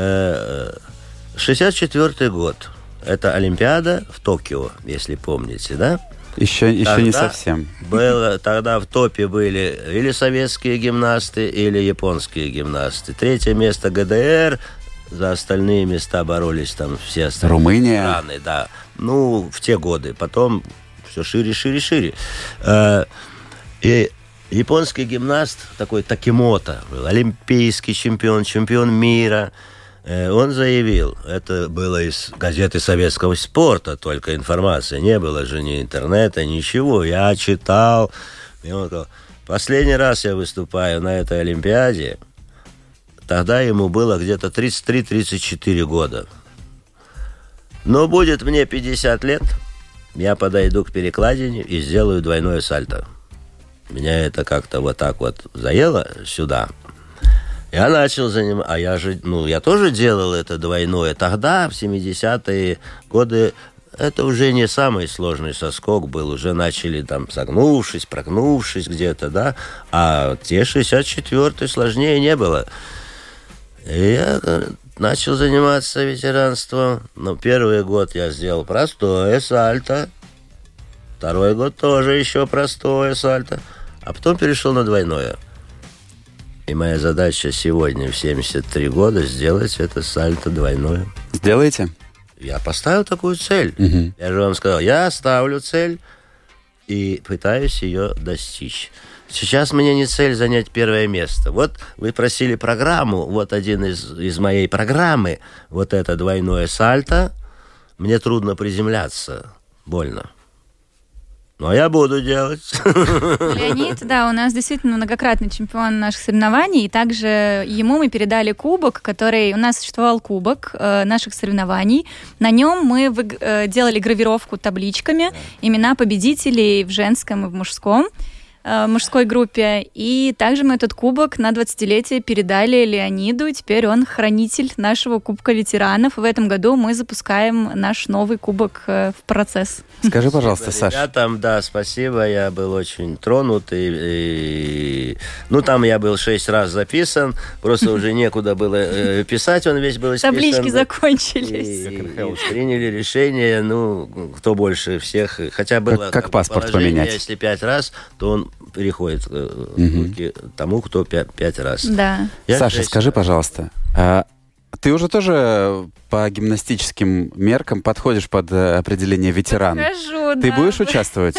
шестьдесят четвёртый год. Это Олимпиада в Токио, если помните, да? Еще, еще Тогда не совсем. Было, тогда в топе были или советские гимнасты, или японские гимнасты. Третье место ГДР, за остальные места боролись там все остальные Румыния. страны, да. Ну, в те годы. Потом все шире, шире, шире. И японский гимнаст, такой Такимото, был олимпийский чемпион, чемпион мира. Он заявил, это было из газеты советского спорта, только информация, не было же ни интернета, ничего. Я читал, и он сказал, последний раз я выступаю на этой Олимпиаде, тогда ему было где-то тридцать три - тридцать четыре года. Но будет мне пятьдесят лет, я подойду к перекладине и сделаю двойное сальто. меня это как-то вот так вот заело сюда. Я начал заниматься, а я же, ну, я тоже делал это двойное. Тогда, в семидесятые годы, это уже не самый сложный соскок был. Уже начали там согнувшись, прогнувшись где-то, да. А те шестьдесят четвёртый сложнее не было. И я начал заниматься ветеранством. Но первый год я сделал простое сальто. Второй год тоже еще простое сальто. А потом перешел на двойное. И моя задача сегодня, в семьдесят три года, сделать это сальто двойное. Сделаете? Я поставил такую цель. Угу. Я же вам сказал, я ставлю цель и пытаюсь ее достичь. Сейчас мне не цель занять первое место. Вот вы просили программу, вот один из, из моей программы, вот это двойное сальто. Мне трудно приземляться, больно. Но я буду делать. Леонид, да, у нас действительно многократный чемпион наших соревнований, и также ему мы передали кубок, который... У нас существовал кубок э, наших соревнований. На нем мы вы, э, делали гравировку табличками, имена победителей в женском и в мужском. мужской группе. И также мы этот кубок на двадцатилетие передали Леониду. Теперь он хранитель нашего Кубка ветеранов. В этом году мы запускаем наш новый кубок в процесс. Скажи, пожалуйста, Саша. Ребятам, да, спасибо. Я был очень тронут. И, и, ну, там я был шесть раз записан. Просто уже некуда было писать. Он весь был исписан. Таблички закончились. И, и приняли решение, ну, кто больше всех. Хотя было как, как паспорт поменять. Если пять раз, то он переходит угу. к тому, кто пять, пять раз. Да. Я Саша, скажи, раз. пожалуйста, а ты уже тоже по гимнастическим меркам подходишь под определение ветеран? Подхожу, Ты да. будешь участвовать?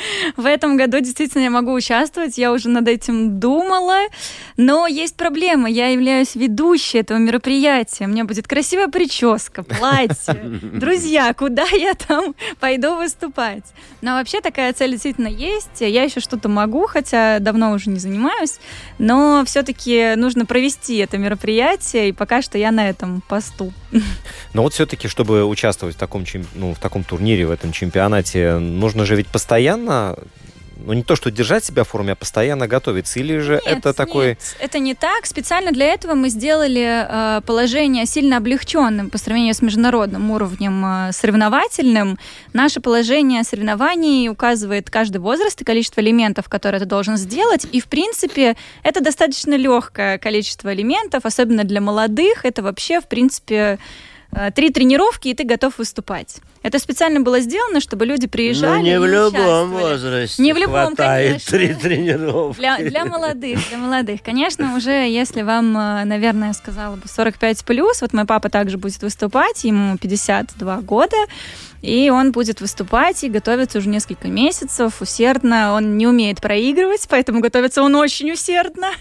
В этом году действительно я могу участвовать, я уже над этим думала, но есть проблема, я являюсь ведущей этого мероприятия, у меня будет красивая прическа, платье. Друзья, куда я там пойду выступать? Но вообще такая цель действительно есть, я еще что-то могу, хотя давно уже не занимаюсь, но все-таки нужно провести это мероприятие, и пока что я на этом посту. Но вот все-таки, чтобы участвовать в таком, ну, в таком турнире, в этом чемпионате, нужно же ведь постоянно, ну, не то, что держать себя в форме, а постоянно готовиться. Или же нет, это такой... Нет, это не так. Специально для этого мы сделали э, положение сильно облегченным по сравнению с международным уровнем э, соревновательным. Наше положение соревнований указывает каждый возраст и количество элементов, которые ты должен сделать. И, в принципе, это достаточно легкое количество элементов, особенно для молодых. Это вообще, в принципе... Три тренировки, и ты готов выступать. Это специально было сделано, чтобы люди приезжали. Ну, не и в любом участвовали. возрасте не в любом, хватает конечно. три тренировки. Для, для молодых, для молодых. Конечно, уже если вам, наверное, я сказала бы сорок пять плюс, вот мой папа также будет выступать, ему пятьдесят два года, и он будет выступать и готовится уже несколько месяцев усердно. Он не умеет проигрывать, поэтому готовится он очень усердно.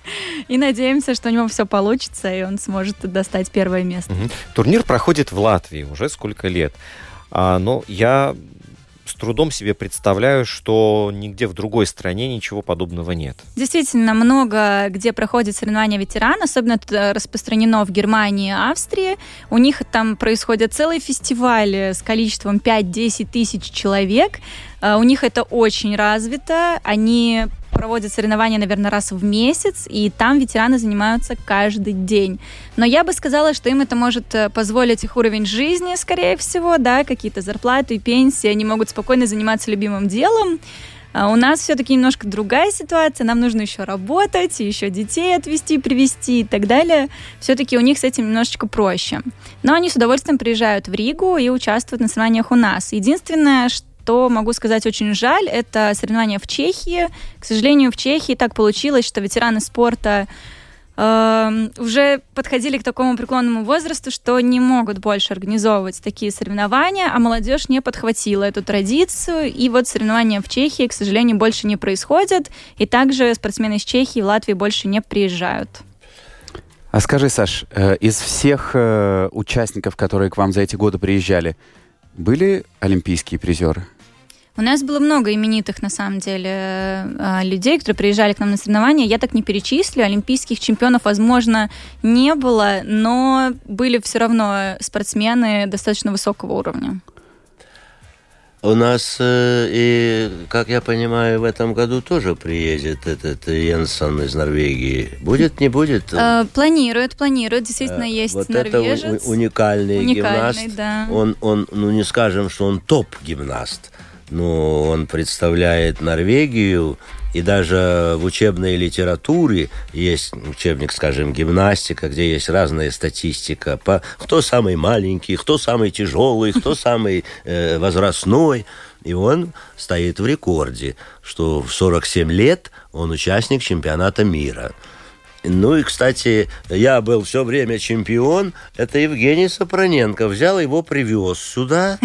И надеемся, что у него все получится, и он сможет достать первое место. Угу. Турнир проходит в Латвии уже сколько лет. А, но я с трудом себе представляю, что нигде в другой стране ничего подобного нет. Действительно, много где проходит соревнования ветеран, особенно это распространено в Германии и Австрии. У них там происходят целые фестивали с количеством пять-десять тысяч человек. У них это очень развито. Они проводят соревнования, наверное, раз в месяц, и там ветераны занимаются каждый день. Но я бы сказала, что им это может позволить их уровень жизни, скорее всего, да, какие-то зарплаты и пенсии, они могут спокойно заниматься любимым делом. А у нас все-таки немножко другая ситуация, нам нужно еще работать, еще детей отвезти, привезти и так далее. Все-таки у них с этим немножечко проще. Но они с удовольствием приезжают в Ригу и участвуют на соревнованиях у нас. Единственное, что то могу сказать очень жаль, это соревнования в Чехии. К сожалению, в Чехии так получилось, что ветераны спорта э, уже подходили к такому преклонному возрасту, что не могут больше организовывать такие соревнования, а молодежь не подхватила эту традицию. И вот соревнования в Чехии, к сожалению, больше не происходят. И также спортсмены из Чехии в Латвии больше не приезжают. А скажи, Саш, из всех участников, которые к вам за эти годы приезжали, были олимпийские призеры? У нас было много именитых, на самом деле, людей, которые приезжали к нам на соревнования. Я так не перечислю. Олимпийских чемпионов, возможно, не было, но были все равно спортсмены достаточно высокого уровня. У нас, э, и, как я понимаю, в этом году тоже приедет этот Йенсен из Норвегии. Будет, не будет? Э, планирует, планирует. Действительно, э, есть вот норвежец. Это у- уникальный, уникальный гимнаст. Да. Он, он, ну, не скажем, что он топ-гимнаст, но он представляет Норвегию. И даже в учебной литературе есть учебник, скажем, гимнастика, где есть разная статистика. По, кто самый маленький, кто самый тяжелый, кто самый э, возрастной. И он стоит в рекорде, что в сорок семь лет он участник чемпионата мира. Ну и, кстати, я был все время чемпион. Это Евгений Сапроненко. Взял его, привез сюда.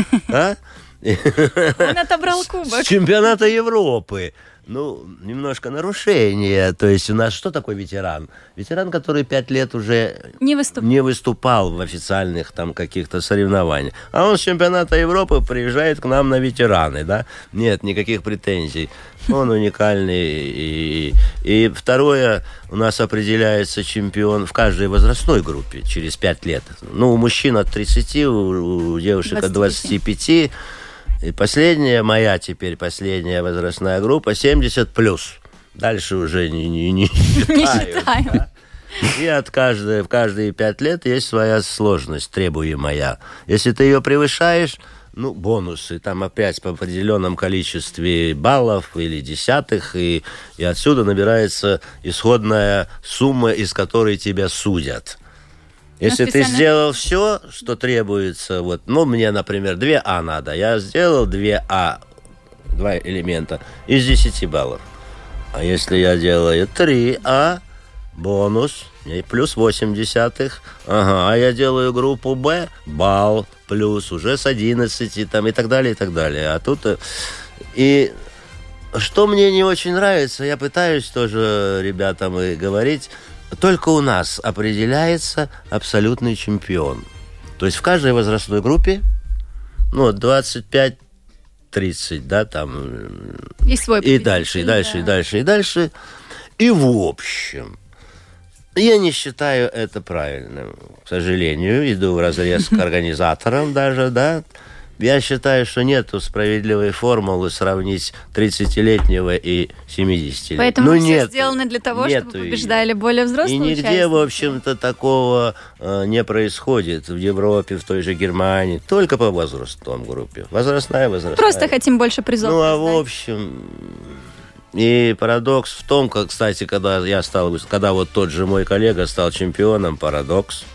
Он отобрал кубок. С чемпионата Европы. Ну, немножко нарушение. То есть у нас что такое ветеран? Ветеран, который пять лет уже не, выступ... не выступал в официальных там каких-то соревнованиях. А он с чемпионата Европы приезжает к нам на ветераны, да? Нет, никаких претензий. Он уникальный. И, и второе, у нас определяется чемпион в каждой возрастной группе через пять лет. Ну, у мужчин от тридцати, у, у девушек от двадцати пяти. И последняя, моя теперь последняя возрастная группа семьдесят плюс. Дальше уже не, не, не считаю. Да? И от каждой, в каждые пять лет есть своя сложность, требуемая. Если ты ее превышаешь, ну, бонусы, там опять по определенном количестве баллов или десятых, и, и отсюда набирается исходная сумма, из которой тебя судят. Если ты сделал все, что требуется, вот, ну, мне, например, два А надо, я сделал два А, два элемента, из десяти баллов. А если я делаю три А, бонус, плюс восемь десятых, ага, а я делаю группу Б, балл, плюс уже с одиннадцати, там, и так далее, и так далее. А тут... И что мне не очень нравится, я пытаюсь тоже ребятам и говорить... Только у нас определяется абсолютный чемпион. То есть в каждой возрастной группе, ну, двадцать пять тридцать, да, там... И свой И дальше, и дальше, да. и дальше, и дальше. И в общем, я не считаю это правильным. К сожалению, иду вразрез к организаторам даже, да. Я считаю, что нету справедливой формулы сравнить тридцатилетнего и семидесятилетнего. Поэтому ну, все нету, сделано для того, нету чтобы побеждали более взрослые участники. И нигде, участники. в общем-то, такого э, не происходит. В Европе, в той же Германии. Только по возрастной группе. Возрастная, возрастная. Просто хотим больше призов. Ну, а в общем... И парадокс в том, как, кстати, когда я стал... Когда вот тот же мой коллега стал чемпионом, парадокс...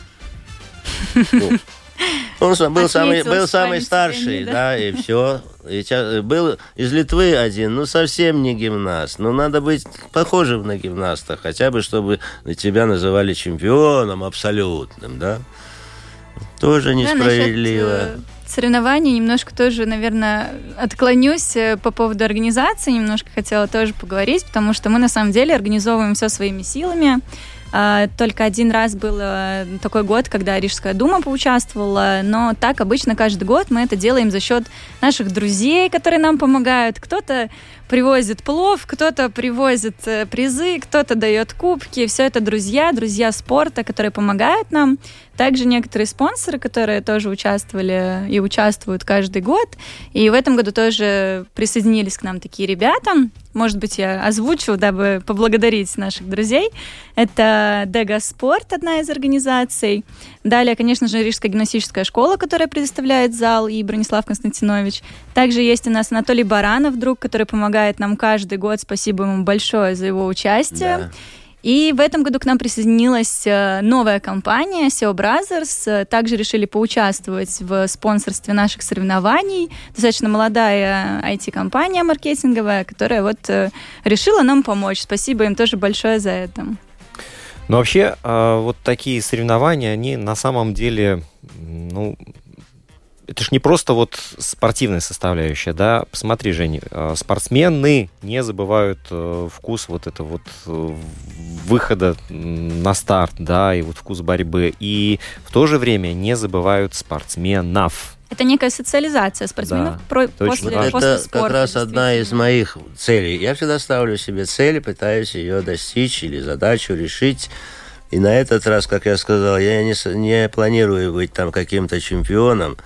Он был самый, был самый старший, да? да, и все. И был из Литвы один, ну, совсем не гимнаст. Ну, надо быть похожим на гимнаста, хотя бы, чтобы тебя называли чемпионом абсолютным, да? Тоже несправедливо. Да, насчет соревнований немножко тоже, наверное, отклонюсь по поводу организации. Немножко хотела тоже поговорить, потому что мы, на самом деле, организовываем все своими силами. Только один раз был такой год, когда Рижская дума поучаствовала, но так обычно каждый год мы это делаем за счет наших друзей, которые нам помогают. Кто-то привозит плов, кто-то привозит призы, кто-то дает кубки. Все это друзья, друзья спорта, которые помогают нам. Также некоторые спонсоры, которые тоже участвовали и участвуют каждый год. И в этом году тоже присоединились к нам такие ребята. Может быть, я озвучу, дабы поблагодарить наших друзей. Это Дега Спорт, одна из организаций. Далее, конечно же, Рижская гимнастическая школа, которая предоставляет зал, и Бронислав Константинович. Также есть у нас Анатолий Баранов, друг, который помогает нам каждый год. Спасибо ему большое за его участие. Да. И в этом году к нам присоединилась новая компания эс и о Brothers. Также решили поучаствовать в спонсорстве наших соревнований. Достаточно молодая ай ти-компания маркетинговая, которая вот решила нам помочь. Спасибо им тоже большое за это. Но вообще, вот такие соревнования, они на самом деле, ну... Это ж не просто вот спортивная составляющая, да. Посмотри, Жень, спортсмены не забывают вкус вот этого вот выхода на старт, да, и вот вкус борьбы. И в то же время не забывают спортсменов. Это некая социализация спортсменов да, про- после, да. после это спорта. Это как раз одна из моих целей. Я всегда ставлю себе цель, пытаюсь ее достичь или задачу решить. И на этот раз, как я сказал, я не, не планирую быть там каким-то чемпионом.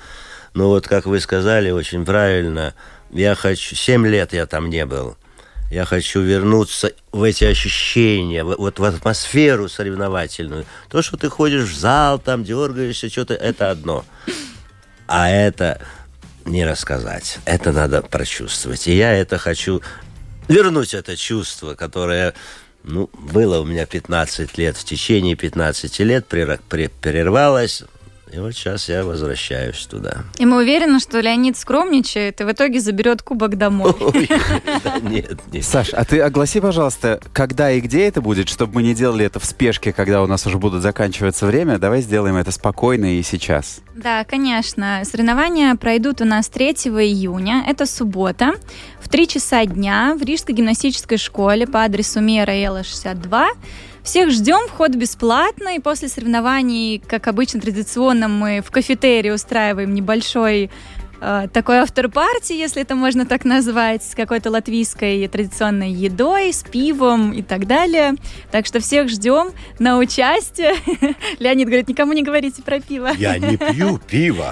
Но вот, как вы сказали, очень правильно, я хочу... Семь лет я там не был. Я хочу вернуться в эти ощущения, вот в атмосферу соревновательную. То, что ты ходишь в зал, там дергаешься, что-то, это одно. А это не рассказать. Это надо прочувствовать. И я это хочу вернуть, это чувство, которое, ну, было у меня пятнадцать лет. В течение пятнадцати лет прервалось. И вот сейчас я возвращаюсь туда. И мы уверены, что Леонид скромничает и в итоге заберет кубок домой. Ой, да, нет, нет. Саш, а ты огласи, пожалуйста, когда и где это будет, чтобы мы не делали это в спешке, когда у нас уже будут заканчиваться время. Давай сделаем это спокойно и сейчас. Да, конечно. Соревнования пройдут у нас третьего июня. Это суббота. В три часа дня в Рижской гимнастической школе по адресу Мера Элла шестьдесят два. Всех ждем, вход бесплатный. После соревнований, как обычно, традиционно мы в кафетерии устраиваем небольшой э, такой автор-парти, если это можно так назвать, с какой-то латвийской традиционной едой, с пивом и так далее. Так что всех ждем на участие. Леонид говорит, никому не говорите про пиво. Я не пью пиво.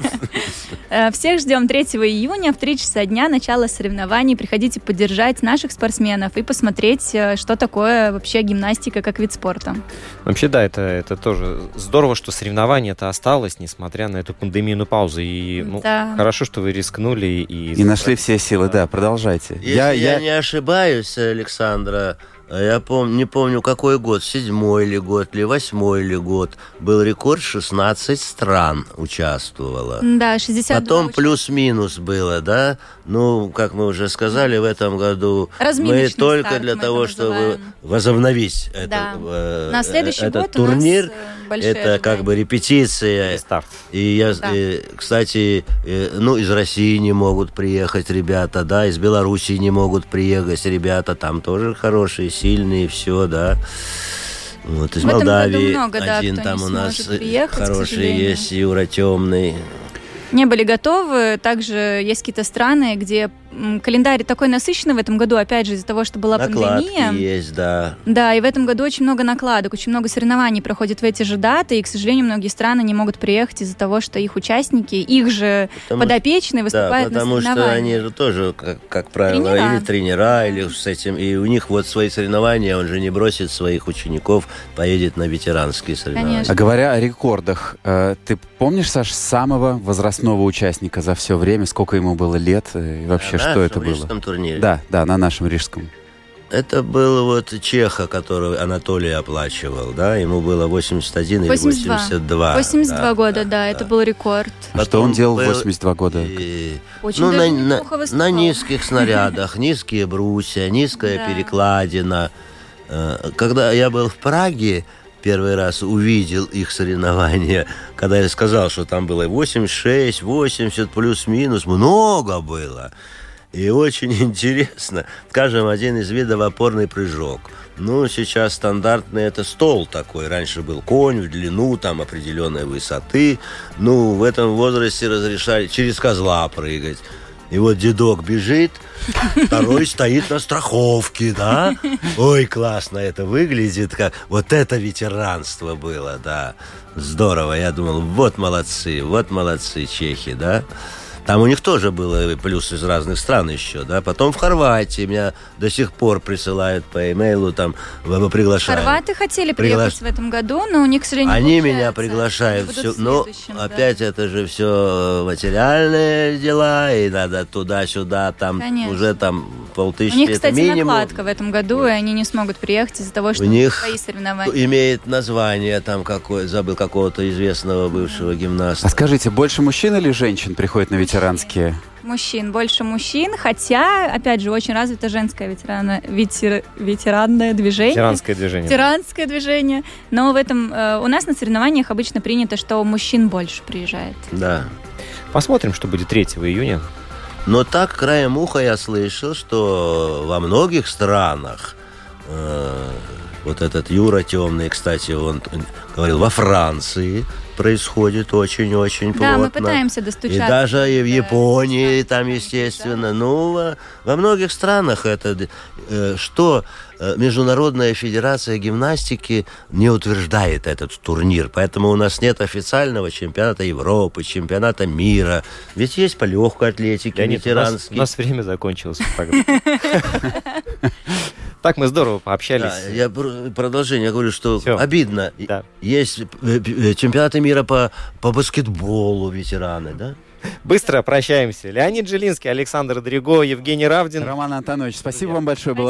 Всех ждем третьего июня в три часа дня, начало соревнований. Приходите поддержать наших спортсменов и посмотреть, что такое вообще гимнастика как вид спорта. Вообще, да, это, это тоже здорово, что соревнование это осталось, несмотря на эту пандемийную паузу. И ну, да. Хорошо, что вы рискнули. И, и нашли все силы, да, продолжайте. Если я, я, я не ошибаюсь, Александра, я пом- не помню, какой год, седьмой ли год, или восьмой ли год, был рекорд, шестнадцать стран участвовало. Да, шестьдесят два. Потом плюс-минус было, да? Ну, как мы уже сказали, в этом году мы только для того, чтобы возобновить да. это, э, на следующий этот год турнир. У нас это ожидания. Как бы репетиция. И старт. И я, Да. э, кстати, э, ну, из России не могут приехать ребята, да, из Белоруссии не могут приехать ребята, там тоже хорошие, сильные, все, да. Вот из В этом Молдавии году много, да, один кто там не у нас сможет приехать, к хороший сожалению. есть, Юра Темный. Не были готовы. Также есть какие-то страны, где м, календарь такой насыщенный в этом году, опять же, из-за того, что была Накладки пандемия. есть, да. Да, и в этом году очень много накладок, очень много соревнований проходит в эти же даты, и, к сожалению, многие страны не могут приехать из-за того, что их участники, их же Потому подопечные выступают да, потому на что соревнованиях. они же тоже, как, как правило, Тренера. или тренера, или с этим, и у них вот свои соревнования, он же не бросит своих учеников, поедет на ветеранские соревнования. Конечно. А говоря о рекордах, э, ты помнишь, Саш, самого возрастного участника за все время, сколько ему было лет э, и вообще, На что нашем это было? рижском турнире. Да, да, на нашем рижском. Это был вот чеха, которого Анатолий оплачивал, да, ему было восемьдесят один или восемьдесят два. восемьдесят два. восемьдесят два да, года, да, да, да. это был рекорд. А что он делал в был- восемьдесят два года? И- Очень ну, даже на, на- неплохо на выступал. низких снарядах, низкие брусья, низкая Да. перекладина. Э, Когда я был в Праге, первый раз увидел их соревнования, когда я сказал, что там было восемьдесят шесть, восемьдесят плюс-минус, много было. И очень интересно. Скажем, один из видов опорный прыжок. Ну, сейчас стандартный это стол такой. Раньше был конь в длину, там определенной высоты. Ну, в этом возрасте разрешали через козла прыгать. И вот дедок бежит, второй стоит на страховке, да? Ой, классно это выглядит. Как... Вот это ветеранство было, да. Здорово. Я думал, вот молодцы, вот молодцы чехи, да? Там у них тоже было плюс из разных стран еще, да. Потом в Хорватии меня до сих пор присылают по имейлу, там, приглашают. Хорваты хотели Пригла- приехать в этом году, но у них, к сожалению, не Они получается. меня приглашают, Они все, будут в но следующем, да. опять это же все материальные дела, и надо туда-сюда, там Конечно. уже там полтысячи, У них, это кстати, минимум. накладка в этом году, и они не смогут приехать из-за того, что У у них них свои соревнования. имеет название, там какое, забыл какого-то известного бывшего гимнаста. А скажите, больше мужчин или женщин приходят на ветеранские? Мужчин, больше мужчин, хотя, опять же, очень развито женское ветерано, ветер, ветеранное движение. Ветеранское движение. Ветеранское движение. Но в этом э, у нас на соревнованиях обычно принято, что мужчин больше приезжает. Да. Посмотрим, что будет третьего июня. Но так, краем уха, я слышал, что во многих странах э, вот этот Юра Темный, кстати, он говорил, во Франции происходит очень-очень плотно. Да, мы пытаемся достучаться. И даже и в Японии, там, естественно. Ну, во, во многих странах это... Э, что э, Международная федерация гимнастики не утверждает этот турнир. Поэтому у нас нет официального чемпионата Европы, чемпионата мира. Ведь есть по легкой атлетике, Леонид, ветеранский. У нас, у нас время закончилось. Так мы здорово пообщались. Да, я продолжение я говорю, что Всё. обидно. Да. Есть чемпионаты мира по, по баскетболу ветераны, да? Быстро прощаемся. Леонид Жилинский, Александр Дриго, Евгений Равдин. Роман Антонович, спасибо вам большое. Было